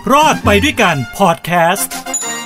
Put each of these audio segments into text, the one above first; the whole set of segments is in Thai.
รอดไปด้วยกันพอดแคสต์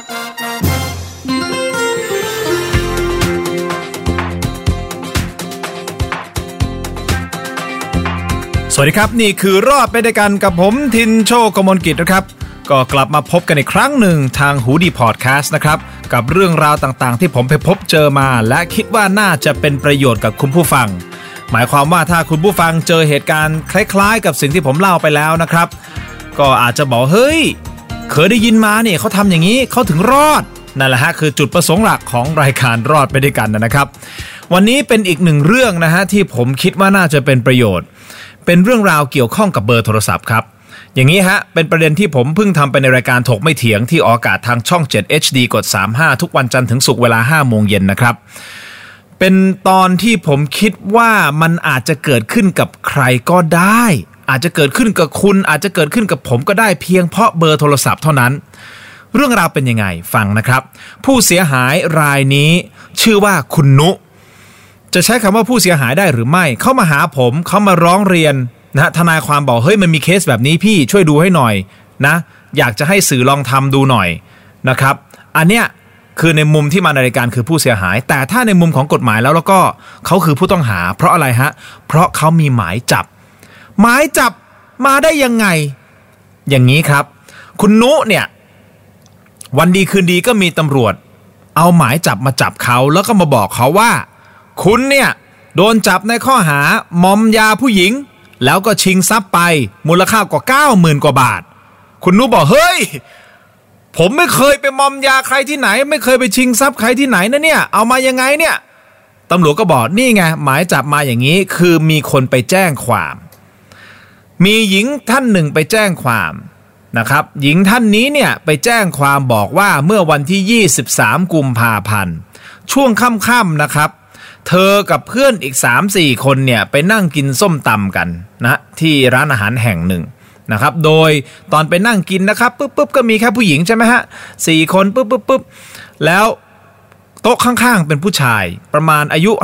สวัสดีครับนี่คือรอดไปด้วยกันกับผมทินโชค กมลกิจนะครับก็กลับมาพบกันอีกครั้งหนึ่งทางหูดีพอดแคสต์นะครับกับเรื่องราวต่างๆที่ผมไปพบเจอมาและคิดว่าน่าจะเป็นประโยชน์กับคุณผู้ฟังหมายความว่าถ้าคุณผู้ฟังเจอเหตุการณ์คล้ายๆกับสิ่งที่ผมเล่าไปแล้วนะครับก็อาจจะบอกเฮ้ยเคยได้ยินมาเนี่ยเขาทำอย่างนี้เขาถึงรอดนั่นแหละฮะคือจุดประสงค์หลักของรายการรอดไปด้วยกันนะครับวันนี้เป็นอีกหนึ่งเรื่องนะฮะที่ผมคิดว่าน่าจะเป็นประโยชน์เป็นเรื่องราวเกี่ยวข้องกับเบอร์โทรศัพท์ครับอย่างนี้ฮะเป็นประเด็นที่ผมเพิ่งทำไปในรายการถกไม่เถียงที่ออกอากาศทางช่อง7 HD กด35ทุกวันจันทร์ถึงศุกร์เวลา 5 โมงเย็นนะครับเป็นตอนที่ผมคิดว่ามันอาจจะเกิดขึ้นกับใครก็ได้อาจจะเกิดขึ้นกับคุณอาจจะเกิดขึ้นกับผมก็ได้เพียงเพราะเบอร์โทรศัพท์เท่านั้นเรื่องราวเป็นยังไงฟังนะครับผู้เสียหายรายนี้ชื่อว่าคุณนุจะใช้คำว่าผู้เสียหายได้หรือไม่เขามาหาผมเขามาร้องเรียนนะทนายความบอกเฮ้ยมันมีเคสแบบนี้พี่ช่วยดูให้หน่อยนะอยากจะให้สื่อลองทำดูหน่อยนะครับอันเนี้ยคือในมุมที่มาในรายการคือผู้เสียหายแต่ถ้าในมุมของกฎหมายแล้วก็เขาคือผู้ต้องหาเพราะอะไรฮะเพราะเขามีหมายจับมาได้ยังไงอย่างนี้ครับคุณนุเนี่ยวันดีคืนดีก็มีตำรวจเอาหมายจับมาจับเขาแล้วก็มาบอกเขาว่าคุณเนี่ยโดนจับในข้อหามอมยาผู้หญิงแล้วก็ชิงทรัพย์ไปมูลค่ากว่า 90,000 กว่าบาทคุณนุบอกเฮ้ยผมไม่เคยไปมอมยาใครที่ไหนไม่เคยไปชิงทรัพย์ใครที่ไหนนะเนี่ยเอามายังไงเนี่ยตำรวจก็บอกนี่ไงหมายจับมาอย่างนี้คือมีคนไปแจ้งความมีหญิงท่านหนึ่งไปแจ้งความนะครับหญิงท่านนี้เนี่ยไปแจ้งความบอกว่าเมื่อวันที่23 กุมภาพันธ์ช่วงค่ำๆนะครับเธอกับเพื่อนอีก 3-4 คนเนี่ยไปนั่งกินส้มตำกันนะที่ร้านอาหารแห่งหนึ่งนะครับโดยตอนไปนั่งกินนะครับปุ๊บก็มีแค่ผู้หญิงใช่ไหมฮะ4 คนปุ๊บแล้วโต๊ะข้างๆเป็นผู้ชายประมาณอายุ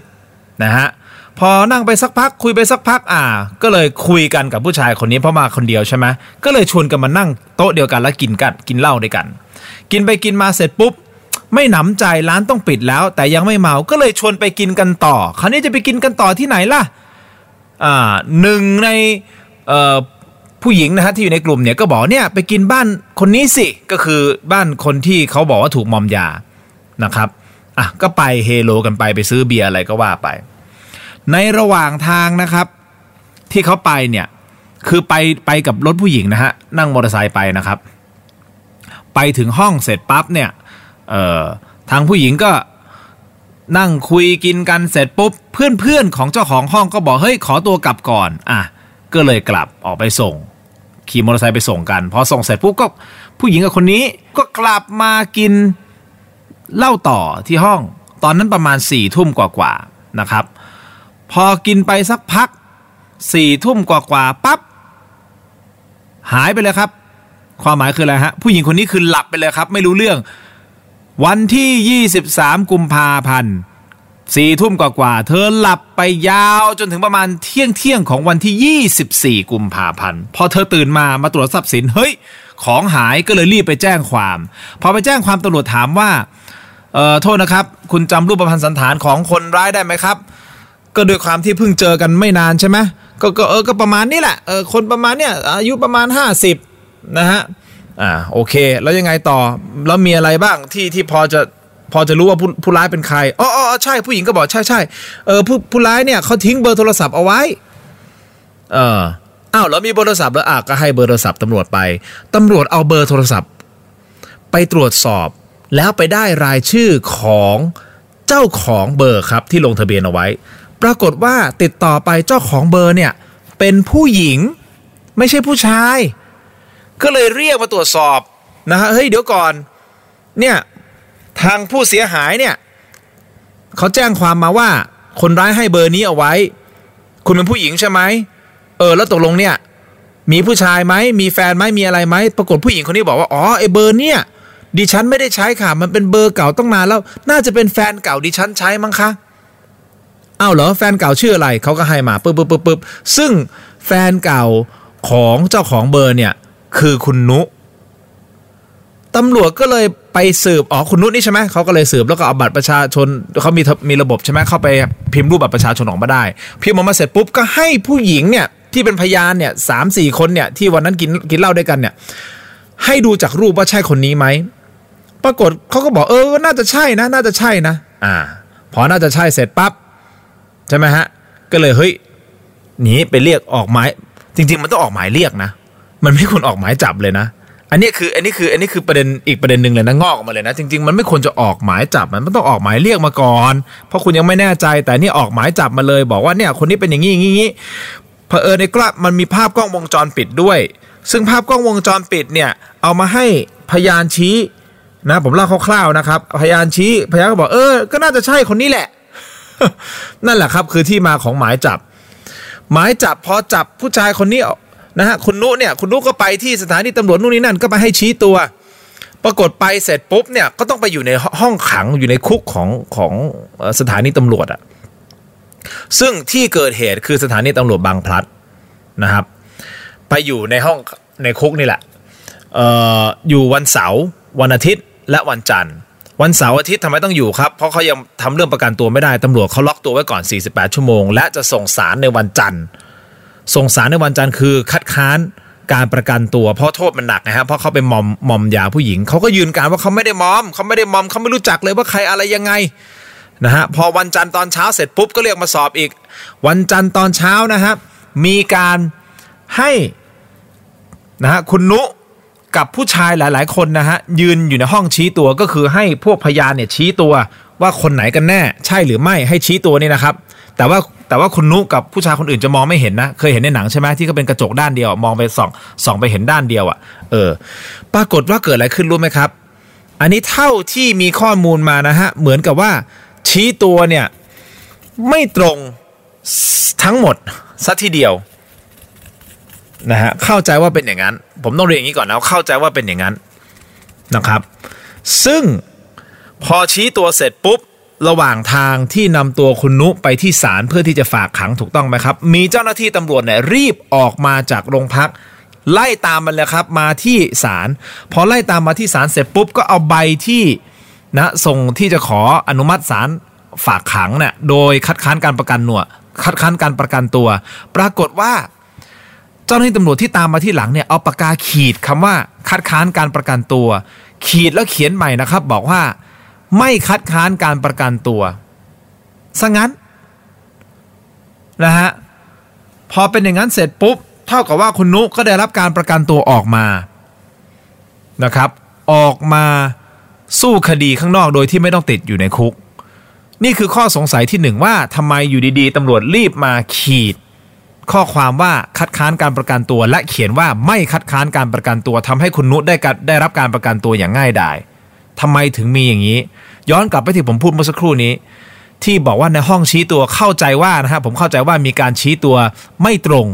50นะฮะพอนั่งไปสักพักคุยไปสักพักก็เลยคุยกันกับผู้ชายคนนี้เพราะมาคนเดียวใช่ไหมก็เลยชวนกันมานั่งโต๊ะเดียวกันแล้วกินเหล้าด้วยกันกินไปกินมาเสร็จปุ๊บไม่หนำใจร้านต้องปิดแล้วแต่ยังไม่เมาก็เลยชวนไปกินกันต่อคราวนี้จะไปกินกันต่อที่ไหนล่ะหนึ่งในผู้หญิงนะฮะที่อยู่ในกลุ่มเนี่ยก็บอกเนี่ยไปกินบ้านคนนี้สิก็คือบ้านคนที่เขาบอกว่าถูกมอมยานะครับก็ไปเฮโลกันไปซื้อเบียร์อะไรก็ว่าไปในระหว่างทางนะครับที่เขาไปเนี่ยคือไปกับรถผู้หญิงนะฮะนั่งมอเตอร์ไซค์ไปนะครับไปถึงห้องเสร็จปั๊บเนี่ยทางผู้หญิงก็นั่งคุยกินกันเสร็จปุ๊บเพื่อนของเจ้าของห้องก็บอกเฮ้ยขอตัวกลับก่อนก็เลยกลับออกไปส่งขี่มอเตอร์ไซค์ไปส่งกันพอส่งเสร็จปุ๊บก็ผู้หญิงกับคนนี้ก็กลับมากินเหล้าต่อที่ห้องตอนนั้นประมาณ 4 ทุ่มกว่าๆนะครับพอกินไปสักพัก 4 ทุ่มกว่าๆปั๊บหายไปเลยครับความหมายคืออะไรฮะผู้หญิงคนนี้คือหลับไปเลยครับไม่รู้เรื่องวันที่23 กุมภาพันธ์ 4 ทุ่มกว่าๆเธอหลับไปยาวจนถึงประมาณเที่ยงของวันที่24 กุมภาพันธ์พอเธอตื่นมาตรวจทรัพย์สินเฮ้ยของหายก็เลยรีบไปแจ้งความพอไปแจ้งความตำรวจถามว่าโทษนะครับคุณจำรูปพรรณสันฐานของคนร้ายได้ไหมครับก็ด้วยความที่เพิ่งเจอกันไม่นานใช่ไหมก็ประมาณนี้แหละคนประมาณเนี้ยอายุประมาณ50นะฮะโอเคแล้วยังไงต่อแล้วมีอะไรบ้างที่พอจะรู้ว่าผู้ร้ายเป็นใครอ๋อใช่ผู้หญิงก็บอกใช่ผู้ร้ายเนี่ยเขาทิ้งเบอร์โทรศัพท์เอาไว้แล้วมีเบอร์โทรศัพท์แล้วก็ให้เบอร์โทรศัพท์ตำรวจไปตำรวจเอาเบอร์โทรศัพท์ไปตรวจสอบแล้วไปได้รายชื่อของเจ้าของเบอร์ครับที่ลงทะเบียนเอาไว้ปรากฏว่าติดต่อไปเจ้าของเบอร์เนี่ยเป็นผู้หญิงไม่ใช่ผู้ชายก็เลยเรียกมาตรวจสอบนะฮะเฮ้ยเดี๋ยวก่อนเนี่ยทางผู้เสียหายเนี่ยเขาแจ้งความมาว่าคนร้ายให้เบอร์นี้เอาไว้คุณเป็นผู้หญิงใช่ไหมแล้วตกลงเนี่ยมีผู้ชายไหมมีแฟนไหมมีอะไรไหมปรากฏผู้หญิงคนนี้บอกว่าอ๋อไอ้เบอร์เนี่ยดิฉันไม่ได้ใช้ค่ะมันเป็นเบอร์เก่าต้องนานแล้วน่าจะเป็นแฟนเก่าดิฉันใช้มั้งคะเหรอแฟนเก่าชื่ออะไรเขาก็ให้มาปึ๊บซึ่งแฟนเก่าของเจ้าของเบอร์เนี่ยคือคุณนุตำรวจก็เลยไปสืบคุณนุชนี่ใช่ไหมเขาก็เลยสืบแล้วก็เอาบัตรประชาชนเขามีระบบใช่ไหมเข้าไปพิมพ์รูปบัตรประชาชนออกมาได้พิมพ์ออกมาเสร็จปุ๊บก็ให้ผู้หญิงเนี่ยที่เป็นพยานเนี่ย 3-4 คนเนี่ยที่วันนั้นกินเหล้าด้วยกันเนี่ยให้ดูจากรูปว่าใช่คนนี้ไหมปรากฏเขาก็บอกน่าจะใช่นะพอน่าจะใช่เสร็จปั๊บใช่ไหมฮะก็เลยเฮ้ยหนีไปเรียกออกหมายจริงๆมันต้องออกหมายเรียกนะมันไม่ควรออกหมายจับเลยนะอันนี้คือประเด็นอีกประเด็นหนึ่งเลยนะงอกออกมาเลยนะจริงๆมันไม่ควรจะออกหมายจับมันต้องออกหมายเรียกมาก่อนเพราะคุณยังไม่แน่ใจแต่นี่ออกหมายจับมาเลยบอกว่าเนี่ยคนนี้เป็นอย่างงี้เผอิญในกล้องมันมีภาพกล้องวงจรปิดด้วยซึ่งภาพกล้องวงจรปิดเนี่ยเอามาให้พยานชี้นะผมเล่าคร่าวๆนะครับพยานก็บอกก็น่าจะใช่คนนี้แหละ นั่นแหละครับคือที่มาของหมายจับพอจับผู้ชายคนนี้นะฮะคุณนุก็ไปที่สถานีตำรวจนู่นนี่นั่นก็ไปให้ชี้ตัวปรากฏไปเสร็จปุ๊บเนี่ยก็ต้องไปอยู่ในห้องขังอยู่ในคุกของสถานีตำรวจอ่ะซึ่งที่เกิดเหตุคือสถานีตำรวจบางพลัดนะครับไปอยู่ในห้องในคุกนี่แหละอยู่วันเสาร์วันอาทิตย์และวันจันทร์วันเสาร์อาทิตย์ทำไมต้องอยู่ครับเพราะเขายังทำเรื่องประกันตัวไม่ได้ตำรวจเขาล็อกตัวไว้ก่อน48ชั่วโมงและจะส่งศาลในวันจันทร์คือคัดค้านการประกันตัวเพราะโทษมันหนักนะฮะเพราะเขาเป็นมอมยาผู้หญิงเขาก็ยืนการว่าเขาไม่ได้มอมเขาไม่รู้จักเลยว่าใครอะไรยังไงนะฮะพอวันจันทร์ตอนเช้าเสร็จปุ๊บก็เรียกมาสอบอีกวันจันทร์ตอนเช้านะครับมีการให้นะฮะคุณนุกับผู้ชายหลายๆคนนะฮะยืนอยู่ในห้องชี้ตัวก็คือให้พวกพยานเนี่ยชี้ตัวว่าคนไหนกันแน่ใช่หรือไม่ให้ชี้ตัวนี่นะครับแต่ว่าคุณนุกับผู้ชายคนอื่นจะมองไม่เห็นนะเคยเห็นในหนังใช่ไหมที่ก็เป็นกระจกด้านเดียวมองไปส่องไปเห็นด้านเดียวปรากฏว่าเกิดอะไรขึ้นรู้ไหมครับอันนี้เท่าที่มีข้อมูลมานะฮะเหมือนกับว่าชี้ตัวเนี่ยไม่ตรงทั้งหมดซะทีเดียวนะฮะเข้าใจว่าเป็นอย่างนั้นผมต้องเรียนอย่างนี้ก่อนนะเข้าใจว่าเป็นอย่างนั้นนะครับซึ่งพอชี้ตัวเสร็จปุ๊บระหว่างทางที่นำตัวคุณนุไปที่ศาลเพื่อที่จะฝากขังถูกต้องไหมครับมีเจ้าหน้าที่ตำรวจเนี่ยรีบออกมาจากโรงพักไล่ตามมันเลยครับมาที่ศาลพอไล่ตามมาที่ศาลเสร็จปุ๊บก็เอาใบที่นะส่งที่จะขออนุมัติศาลฝากขังเนี่ยโดยคัดค้านการประกันตัวปรากฏว่าเจ้าหน้าที่ตำรวจที่ตามมาที่หลังเนี่ยเอาปากกาขีดคำว่าคัดค้านการประกันตัวขีดแล้วเขียนใหม่นะครับบอกว่าไม่คัดค้านการประกันตัวซะงั้นนะฮะพอเป็นอย่างนั้นเสร็จปุ๊บเท่ากับว่าคุณนุก็ได้รับการประกันตัวออกมานะครับออกมาสู้คดีข้างนอกโดยที่ไม่ต้องติดอยู่ในคุกนี่คือข้อสงสัยที่1ว่าทำไมอยู่ดีๆตำรวจรีบมาขีดข้อความว่าคัดค้านการประกันตัวและเขียนว่าไม่คัดค้านการประกันตัวทำให้คุณนุได้รับการประกันตัวอย่างง่ายดายทำไมถึงมีอย่างนี้ย้อนกลับไปที่ผมพูดเมื่อสักครู่นี้ที่บอกว่าในห้องชี้ตัวเข้าใจว่านะครับผมเข้าใจว่ามีการชี้ตัวไม่ตรง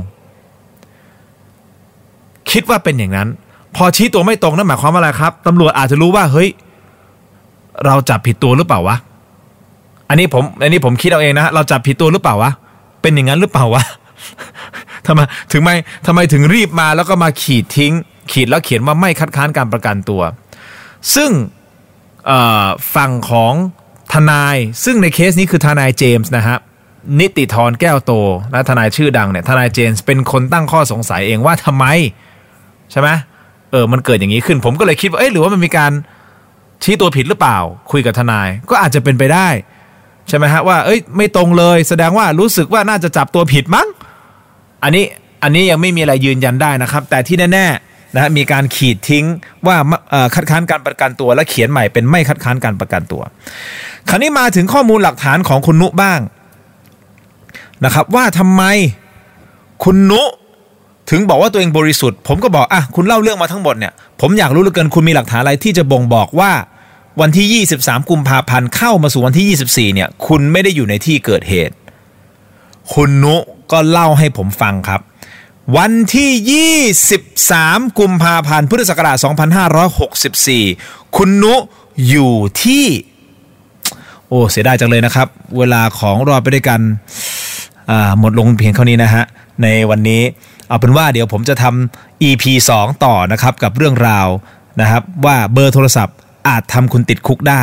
คิดว่าเป็นอย่างนั้นพอชี้ตัวไม่ตรงนั่นหมายความว่าอะไรครับตำรวจอาจจะรู้ว่าเฮ้ยเราจับผิดตัวหรือเปล่าวะอันนี้ผมคิดเอาเองนะเราจับผิดตัวหรือเปล่าวะเป็นอย่างนั้นหรือเปล่าวะทำไมถึงรีบมาแล้วก็มาขีดแล้วเขียนว่าไม่คัดค้านการประกันตัวซึ่งฝั่งของทนายซึ่งในเคสนี้คือทนายเจมส์นะฮะนิติธรแก้วโตนะทนายชื่อดังเนี่ยทนายเจมส์เป็นคนตั้งข้อสงสัยเองว่าทำไมใช่ไหมมันเกิดอย่างนี้ขึ้นผมก็เลยคิดว่าหรือว่ามันมีการชี้ตัวผิดหรือเปล่าคุยกับทนายก็อาจจะเป็นไปได้ใช่ไหมฮะว่าไม่ตรงเลยแสดงว่ารู้สึกว่าน่าจะจับตัวผิดมั้งอันนี้ยังไม่มีอะไรยืนยันได้นะครับแต่ที่แน่ๆนะมีการขีดทิ้งว่าคัดค้านการประกันตัวและเขียนใหม่เป็นไม่คัดค้านการประกันตัวคราวนี้มาถึงข้อมูลหลักฐานของคุณนุบ้างนะครับว่าทำไมคุณนุถึงบอกว่าตัวเองบริสุทธิ์ผมก็บอกคุณเล่าเรื่องมาทั้งหมดเนี่ยผมอยากรู้เหลือเกินคุณมีหลักฐานอะไรที่จะบ่งบอกว่าวันที่23กุมภาพันธ์เข้ามาสู่วันที่24เนี่ยคุณไม่ได้อยู่ในที่เกิดเหตุคุณนุก็เล่าให้ผมฟังครับวันที่23กุมภาพันธ์พุทธศักราช2564คุณนุอยู่ที่เสียดายจังเลยนะครับเวลาของรอไปด้วยกันหมดลงเพียงเท่านี้นะฮะในวันนี้เอาเป็นว่าเดี๋ยวผมจะทำ EP 2 ต่อนะครับกับเรื่องราวนะครับว่าเบอร์โทรศัพท์อาจทำคุณติดคุกได้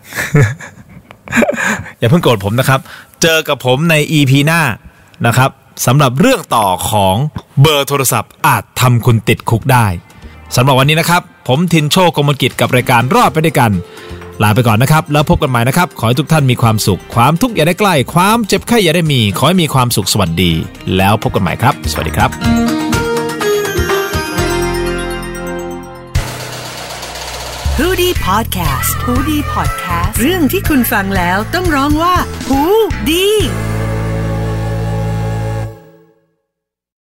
อย่าเพิ่งโกรธผมนะครับเจอกับผมใน EP หน้านะครับสำหรับเรื่องต่อของเบอร์โทรศัพท์อาจทำคุณติดคุกได้สำหรับวันนี้นะครับผมทินโชค กมลกิจกับรายการรอดไปด้วยกันลาไปก่อนนะครับแล้วพบกันใหม่นะครับขอให้ทุกท่านมีความสุขความทุกข์อย่าได้ใกล้ความเจ็บไข้อย่าได้มีขอให้มีความสุขสวัสดีแล้วพบกันใหม่ครับสวัสดีครับฮูดี้พอดแคสต์ฮูดี้พอดแคสต์เรื่องที่คุณฟังแล้วต้องร้องว่าฮูดี